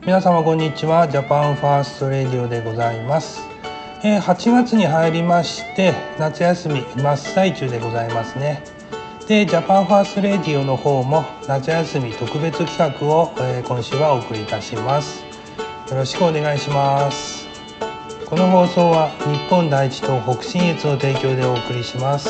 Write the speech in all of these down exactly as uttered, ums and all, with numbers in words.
皆様こんにちは。ジャパンファーストレディオでございます。えー、はちがつに入りまして夏休み真っ最中でございますね。でジャパンファーストレディオの方も夏休み特別企画を、えー、今週はお送りいたします。よろしくお願いします。この放送は日本第一と北信越の提供でお送りします。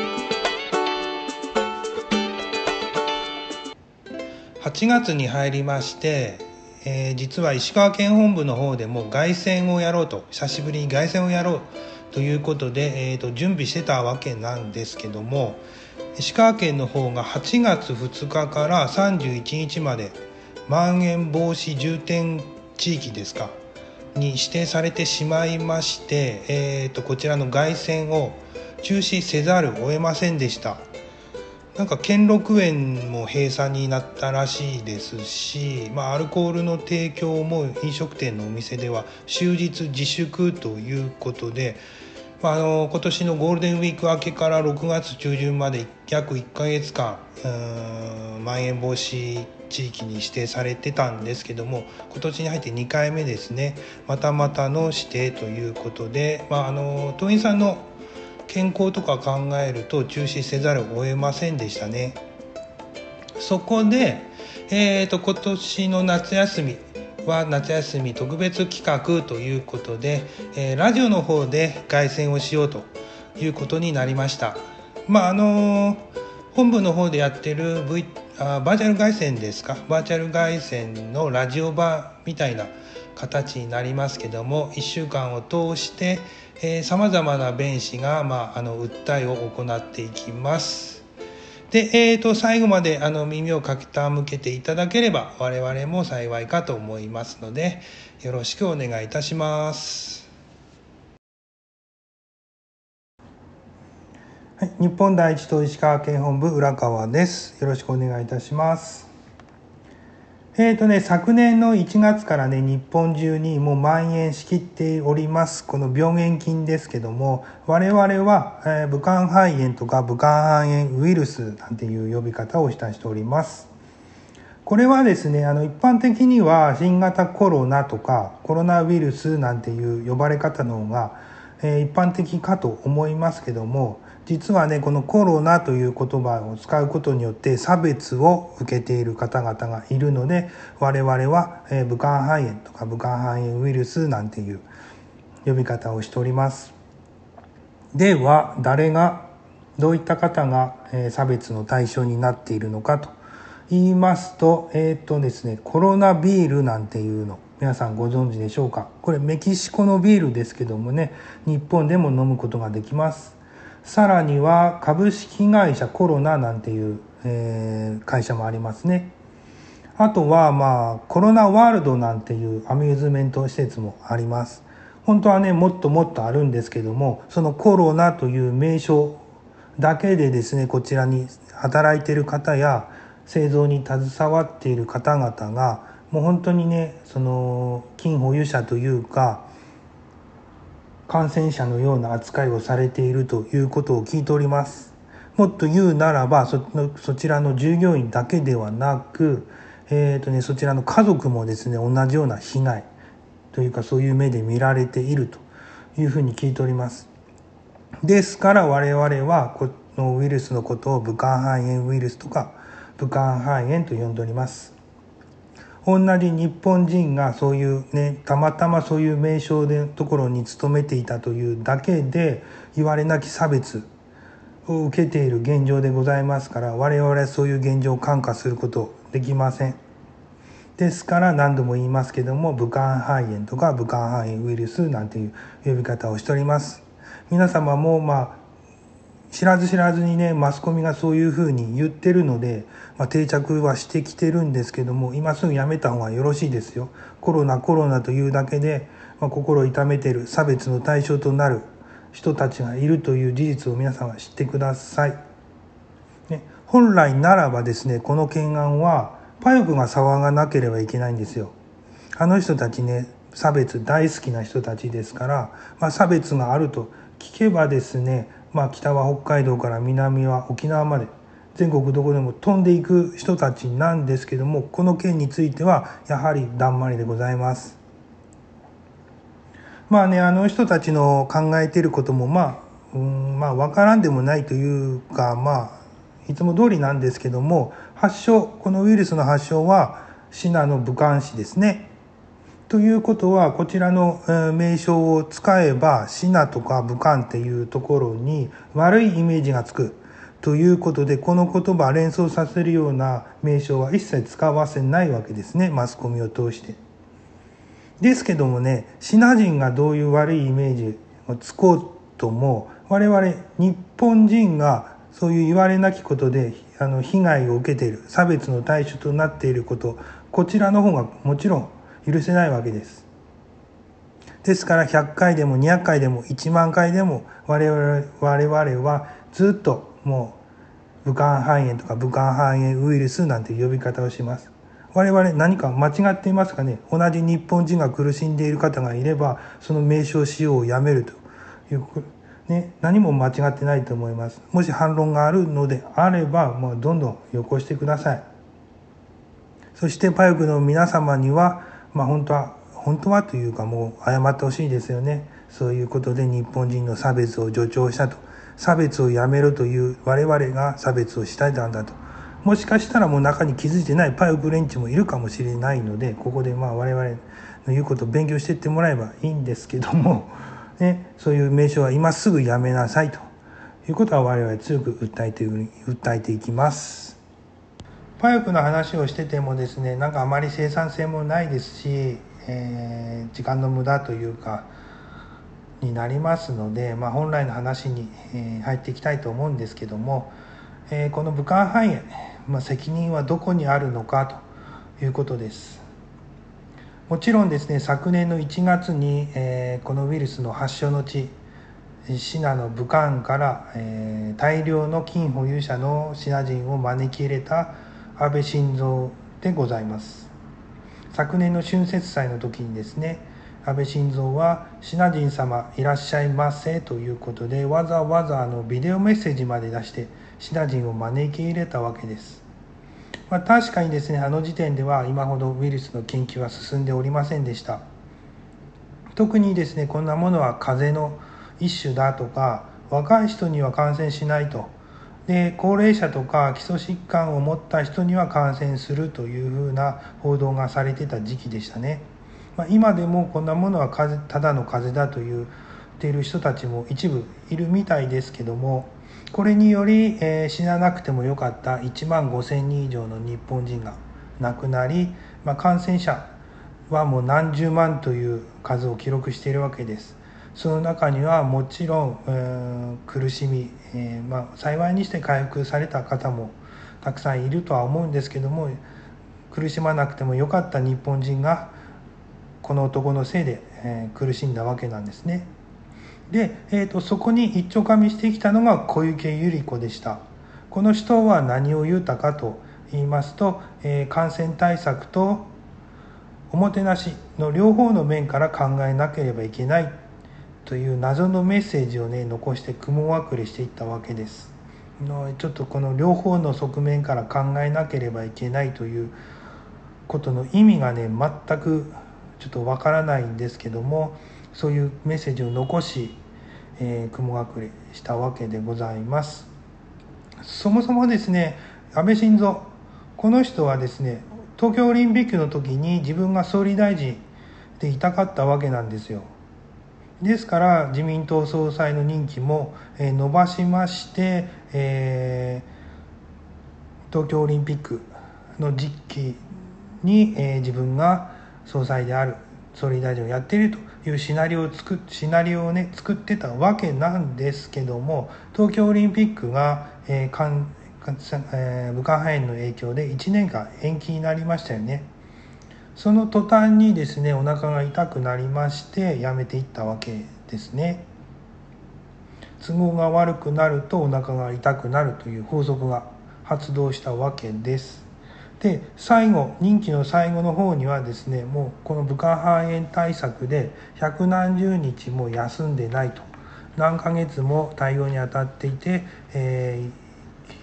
はちがつに入りましてえー、実は石川県本部の方でも凱旋をやろうと久しぶりに凱旋をやろうということで、えー、と準備してたわけなんですけども、石川県の方がはちがつふつかからさんじゅういちにちまでまん延防止重点地域ですかに指定されてしまいまして、えー、とこちらの凱旋を中止せざるを得ませんでした。なんか兼六園も閉鎖になったらしいですし、まあ、アルコールの提供も飲食店のお店では終日自粛ということで、まあ、あの今年のゴールデンウィーク明けからろくがつちゅうじゅんまで約いっかげつかんうーんまん延防止地域に指定されてたんですけども、今年に入ってにかいめですね、またまたの指定ということで、まあ、あの党員さんの健康とか考えると中止せざるを得ませんでしたね。そこで、えー、と今年の夏休みは夏休み特別企画ということで、えー、ラジオの方で凱旋をしようということになりました。まああのー、本部の方でやってる、v、あバーチャル凱旋ですかバーチャル凱旋のラジオ版みたいな形になりますけども、いっしゅうかんを通してさまざまな弁士が、まあ、あの訴えを行っていきます。で、えー、と最後まであの耳を傾けていただければ我々も幸いかと思いますので、よろしくお願いいたします。はい、日本第一党石川県本部浦川です。よろしくお願いいたします。えーとね、昨年のいちがつからね、日本中にもう蔓延しきっておりますこの病原菌ですけども、我々は、えー、武漢肺炎とか武漢肺炎ウイルスなんていう呼び方をしたしております。これはですね、あの一般的には新型コロナとかコロナウイルスなんていう呼ばれ方の方が、えー、一般的かと思いますけども、実はね、このコロナという言葉を使うことによって差別を受けている方々がいるので、我々は、えー、武漢肺炎とか武漢肺炎ウイルスなんていう呼び方をしております。では、誰がどういった方が、えー、差別の対象になっているのかと言いますと、えっとですね、コロナビールなんていうの、皆さんご存知でしょうか。これメキシコのビールですけどもね、日本でも飲むことができます。さらには株式会社コロナなんていう、えー、会社もありますね。あとはまあコロナワールドなんていうアミューズメント施設もあります。本当はね、もっともっとあるんですけども、そのコロナという名称だけでですね、こちらに働いている方や製造に携わっている方々がもう本当にね、その金保有者というか感染者のような扱いをされているということを聞いております。もっと言うならば そ, そちらの従業員だけではなく、えーとね、そちらの家族もですね、同じような被害というかそういう目で見られているというふうに聞いております。ですから我々はこのウイルスのことを武漢肺炎ウイルスとか武漢肺炎と呼んでおります。同じ日本人がそういうね、たまたまそういう名称でところに勤めていたというだけで言われなき差別を受けている現状でございますから、我々はそういう現状を看過することできません。ですから何度も言いますけども、武漢肺炎とか武漢肺炎ウイルスなんていう呼び方をしております。皆様もまあ知らず知らずにね、マスコミがそういうふうに言ってるので、まあ、定着はしてきてるんですけども、今すぐやめた方がよろしいですよ。コロナコロナというだけで、まあ、心を痛めている差別の対象となる人たちがいるという事実を皆さんは知ってください、ね、本来ならばですね、この懸案はパヨクが騒がなければいけないんですよ。あの人たちね、差別大好きな人たちですから、まあ、差別があると聞けばですね、まあ、北は北海道から南は沖縄まで全国どこでも飛んでいく人たちなんですけども、この件についてはやはりだんまりでございます。まあね、あの人たちの考えていることもまあ、うん、まあ分からんでもないというか、まあいつも通りなんですけども、発症このウイルスの発症はシナの武漢市ですね。ということはこちらの名称を使えばシナとか武漢っていうところに悪いイメージがつくということで、この言葉を連想させるような名称は一切使わせないわけですね、マスコミを通して。ですけどもね、シナ人がどういう悪いイメージをつこうとも、我々日本人がそういう言われなきことであの被害を受けている、差別の対象となっていること、こちらの方がもちろん許せないわけです。ですからひゃっかいでもにひゃっかいでもいちまんかいでも我々我々はずっともう武漢肺炎とか武漢肺炎ウイルスなんて呼び方をします。我々何か間違っていますかね。同じ日本人が苦しんでいる方がいればその名称使用をやめるという、ね、何も間違ってないと思います。もし反論があるのであればもうどんどんよこしてください。そしてパイクの皆様には、まあ、本当は本当はというかもう謝ってほしいですよね。そういうことで日本人の差別を助長したと、差別をやめろという我々が差別をしたんだと。もしかしたらもう中に気づいてないパイク連中もいるかもしれないので、ここでまあ我々の言うことを勉強していってもらえばいいんですけども、ね、そういう名称は今すぐやめなさいということは我々強く訴えて訴えていきます。パイクの話をしててもですね、なんかあまり生産性もないですし、えー、時間の無駄というかになりますので、まあ、本来の話に、えー、入っていきたいと思うんですけども、えー、この武漢肺炎、まあ、責任はどこにあるのかということです。もちろんですね、昨年のいちがつに、えー、このウイルスの発祥の地シナの武漢から、えー、大量の金保有者のシナ人を招き入れた安倍晋三でございます。昨年の春節祭の時にですね、安倍晋三はシナ人様いらっしゃいませということで、わざわざあのビデオメッセージまで出してシナ人を招き入れたわけです。まあ、確かにですね、あの時点では今ほどウイルスの研究は進んでおりませんでした。特にですね、こんなものは風邪の一種だとか、若い人には感染しないと、で高齢者とか基礎疾患を持った人には感染するというふうな報道がされてた時期でしたね。まあ、今でもこんなものは風ただの風邪だと言っている人たちも一部いるみたいですけども、これにより、えー、死ななくてもよかったいちまんごせんにん以上の日本人が亡くなり、まあ、感染者はもう何十万という数を記録しているわけです。その中にはもちろん、えー、苦しみ、えーまあ、幸いにして回復された方もたくさんいるとは思うんですけども、苦しまなくてもよかった日本人がこの男のせいで、えー、苦しんだわけなんですね。で、えーと、そこに一丁噛みしてきたのが小池百合子でした。この人は何を言ったかと言いますと、えー、感染対策とおもてなしの両方の面から考えなければいけないという謎のメッセージをね残して雲隠れしていったわけです。ちょっとこの両方の側面から考えなければいけないということの意味がね全くちょっとわからないんですけども、そういうメッセージを残し、えー、雲隠れしたわけでございます。そもそもですね、安倍晋三この人はですね、東京オリンピックの時に自分が総理大臣でいたかったわけなんですよ。ですから自民党総裁の任期も延ばしまして、えー、東京オリンピックの時期に、えー、自分が総裁である、総理大臣をやっているというシナリオを作っシナリオをね作ってたわけなんですけども、東京オリンピックが、えーかんえー、武漢肺炎の影響でいちねんかん延期になりましたよね。その途端にですね、お腹が痛くなりましてやめていったわけですね。都合が悪くなるとお腹が痛くなるという法則が発動したわけです。で、最後任期の最後の方にはですね、もうこの武漢肺炎対策で百何十日も休んでないと、何ヶ月も対応に当たっていて、えー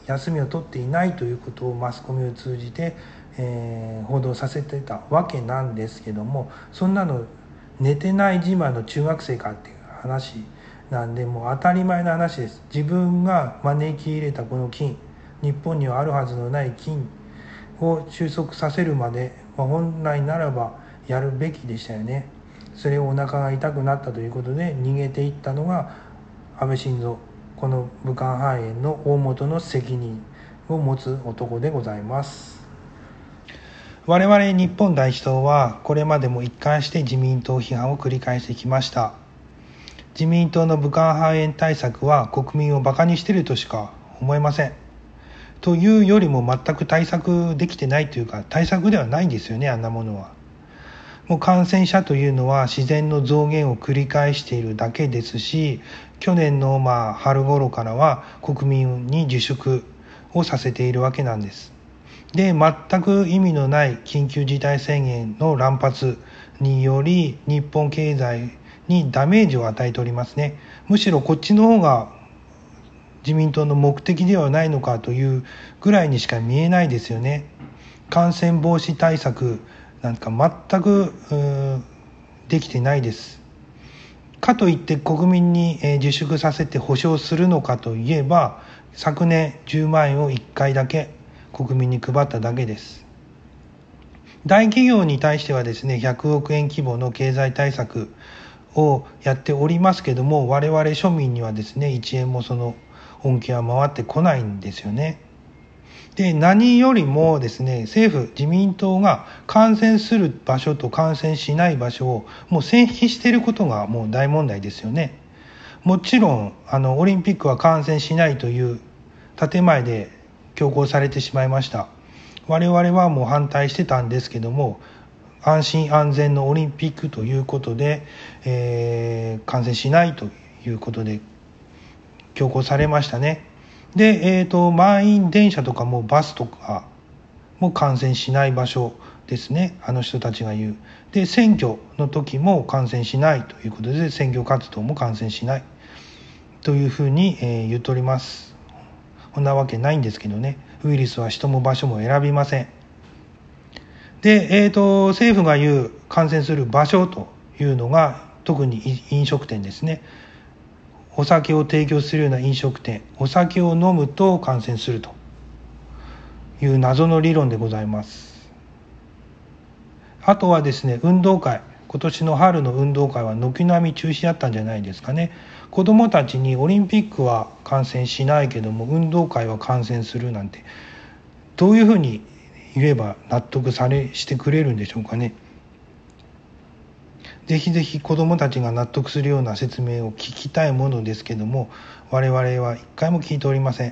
休みを取っていないということをマスコミを通じて、えー、報道させてたわけなんですけども、そんなの寝てない自慢の中学生かっていう話なんで、もう当たり前の話です。自分が招き入れたこの菌、日本にはあるはずのない菌を収束させるまで、まあ、本来ならばやるべきでしたよね。それをお腹が痛くなったということで逃げていったのが安倍晋三、この武漢肺炎の大元の責任を持つ男でございます。我々日本第一党はこれまでも一貫して自民党批判を繰り返してきました。自民党の武漢肺炎対策は国民をバカにしているとしか思えません。というよりも全く対策できてないというか、対策ではないんですよね、あんなものは。もう感染者というのは自然の増減を繰り返しているだけですし、去年のまあ春頃からは国民に自粛をさせているわけなんです。で、全く意味のない緊急事態宣言の乱発により日本経済にダメージを与えておりますね。むしろこっちの方が自民党の目的ではないのかというぐらいにしか見えないですよね。感染防止対策なんか全くできてないです。かといって国民に自粛させて保証するのかといえば、昨年じゅうまんえんをいっかいだけ国民に配っただけです。大企業に対してはですね、ひゃくおくえん規模の経済対策をやっておりますけども、我々庶民にはですね、いちえんもその恩恵は回ってこないんですよね。で、何よりもですね、政府自民党が感染する場所と感染しない場所をもう線引きしていることがもう大問題ですよね。もちろんあのオリンピックは感染しないという建前で強行されてしまいました。我々はもう反対してたんですけども、安心安全のオリンピックということで、えー、感染しないということで強行されましたね。で、えーと、満員電車とかもバスとかも感染しない場所ですね、あの人たちが言う。で、選挙の時も感染しないということで、選挙活動も感染しないというふうに、えー、言っております。こんなわけないんですけどね。ウイルスは人も場所も選びません。で、えーと、政府が言う感染する場所というのが特に飲食店ですね。お酒を提供するような飲食店、お酒を飲むと感染するという謎の理論でございます。あとはですね、運動会、今年の春の運動会は軒並み中止だったんじゃないですかね。子どもたちにオリンピックは感染しないけども運動会は感染するなんて、どういうふうに言えば納得されしてくれるんでしょうかね。ぜひぜひ子どもたちが納得するような説明を聞きたいものですけども、我々は一回も聞いておりません。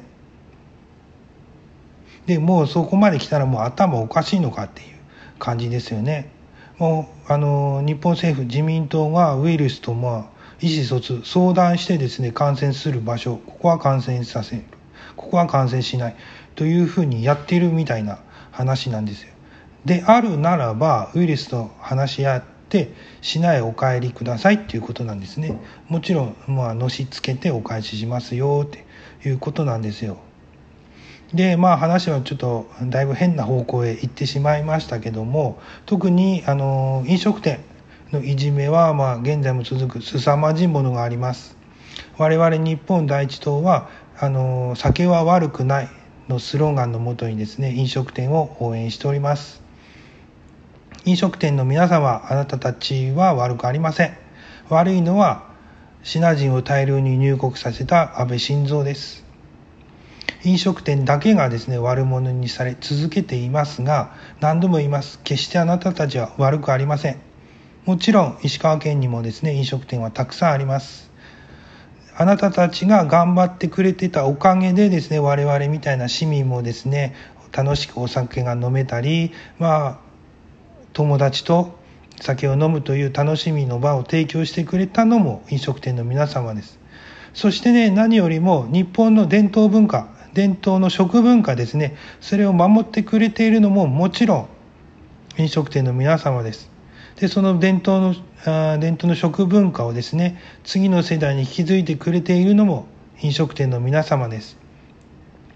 で、もうそこまで来たらもう頭おかしいのかっていう感じですよね。もうあの日本政府自民党がウイルスとまあ意思疎通相談してですね、感染する場所、ここは感染させる、ここは感染しないというふうにやっているみたいな話なんですよ。であるならばウイルスと話し合って市内へお帰りくださいっていうことなんですね。もちろんまあのしつけてお返ししますよっていうことなんですよ。でまあ話はちょっとだいぶ変な方向へ行ってしまいましたけども、特にあの飲食店のいじめはまあ現在も続く凄まじいものがあります。我々日本第一党はあの酒は悪くないのスローガンのもとにですね、飲食店を応援しております。飲食店の皆様、あなたたちは悪くありません。悪いのはシナ人を大量に入国させた安倍晋三です。飲食店だけがですね、悪者にされ続けていますが、何度も言います。決してあなたたちは悪くありません。もちろん石川県にもですね、飲食店はたくさんあります。あなたたちが頑張ってくれてたおかげでですね、我々みたいな市民もですね、楽しくお酒が飲めたり、まあ友達と酒を飲むという楽しみの場を提供してくれたのも飲食店の皆様です。そしてね、何よりも日本の伝統文化、伝統の食文化ですね、それを守ってくれているのももちろん飲食店の皆様です。で、その伝統のあ伝統の食文化をですね、次の世代に引き継いでくれているのも飲食店の皆様です。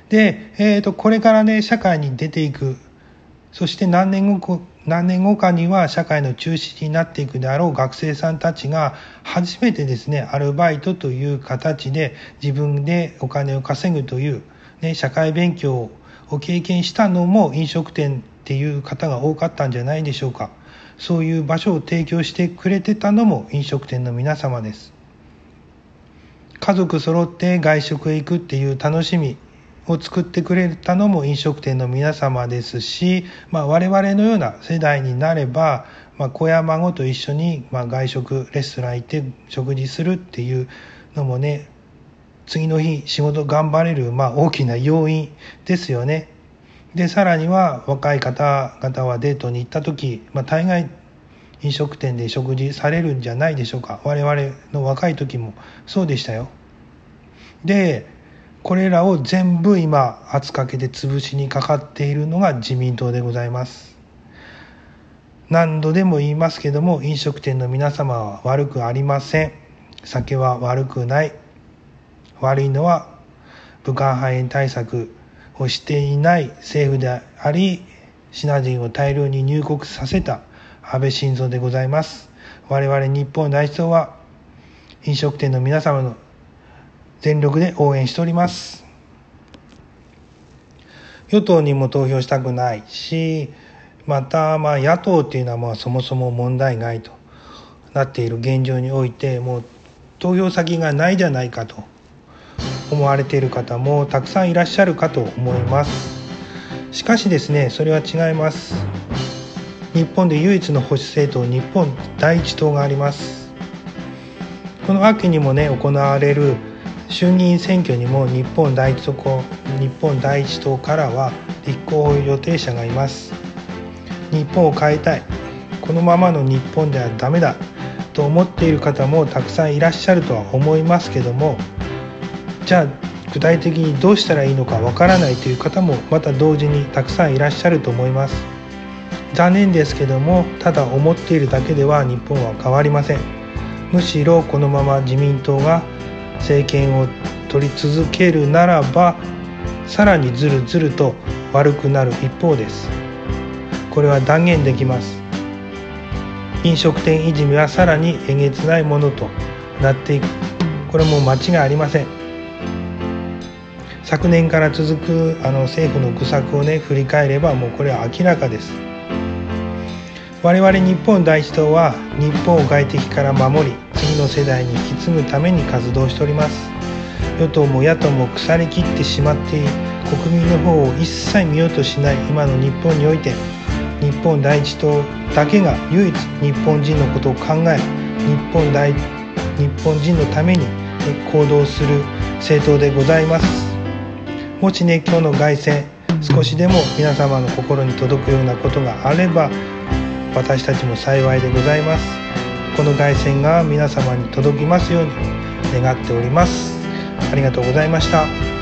で、えーと、これからね社会に出ていく、そして何年後何年後かには社会の中心になっていくであろう学生さんたちが初めてですね、アルバイトという形で自分でお金を稼ぐという、ね、社会勉強を経験したのも飲食店っていう方が多かったんじゃないでしょうか。そういう場所を提供してくれてたのも飲食店の皆様です。家族揃って外食へ行くっていう楽しみを作ってくれたのも飲食店の皆様ですし、まあ、我々のような世代になれば、まあ、子や孫と一緒に、まあ、外食レストラン行って食事するっていうのもね、次の日仕事頑張れる、まあ、大きな要因ですよね。でさらには若い方々はデートに行った時、まあ、大概飲食店で食事されるんじゃないでしょうか。我々の若い時もそうでしたよ。でこれらを全部今圧かけて潰しにかかっているのが自民党でございます。何度でも言いますけども、飲食店の皆様は悪くありません。酒は悪くない。悪いのは武漢肺炎対策をしていない政府であり、シナ人を大量に入国させた安倍晋三でございます。我々日本第一党は飲食店の皆様の全力で応援しております。与党にも投票したくないし、またまあ野党っていうのはまあそもそも問題外となっている現状において、もう投票先がないじゃないかと思われている方もたくさんいらっしゃるかと思います。しかしですね、それは違います。日本で唯一の保守政党、日本第一党があります。この秋にもね行われる衆議院選挙にも日本第一党、日本第一党からは立候補予定者がいます。日本を変えたい、このままの日本ではダメだと思っている方もたくさんいらっしゃるとは思いますけども、じゃあ具体的にどうしたらいいのかわからないという方もまた同時にたくさんいらっしゃると思います。残念ですけども、ただ思っているだけでは日本は変わりません。むしろこのまま自民党が政権を取り続けるならば、さらにずるずると悪くなる一方です。これは断言できます。飲食店いじめはさらにえげつないものとなっていく、これも間違いありません。昨年から続くあの政府の愚策をね振り返れば、もうこれは明らかです。我々日本第一党は日本を外敵から守り、次の世代に引き継ぐために活動しております。与党も野党も腐りきってしまっている、国民の方を一切見ようとしない今の日本において、日本第一党だけが唯一日本人のことを考え、日本大日本人のために行動する政党でございます。もしね今日の凱旋少しでも皆様の心に届くようなことがあれば、私たちも幸いでございます。この凱旋が皆様に届きますように願っております。ありがとうございました。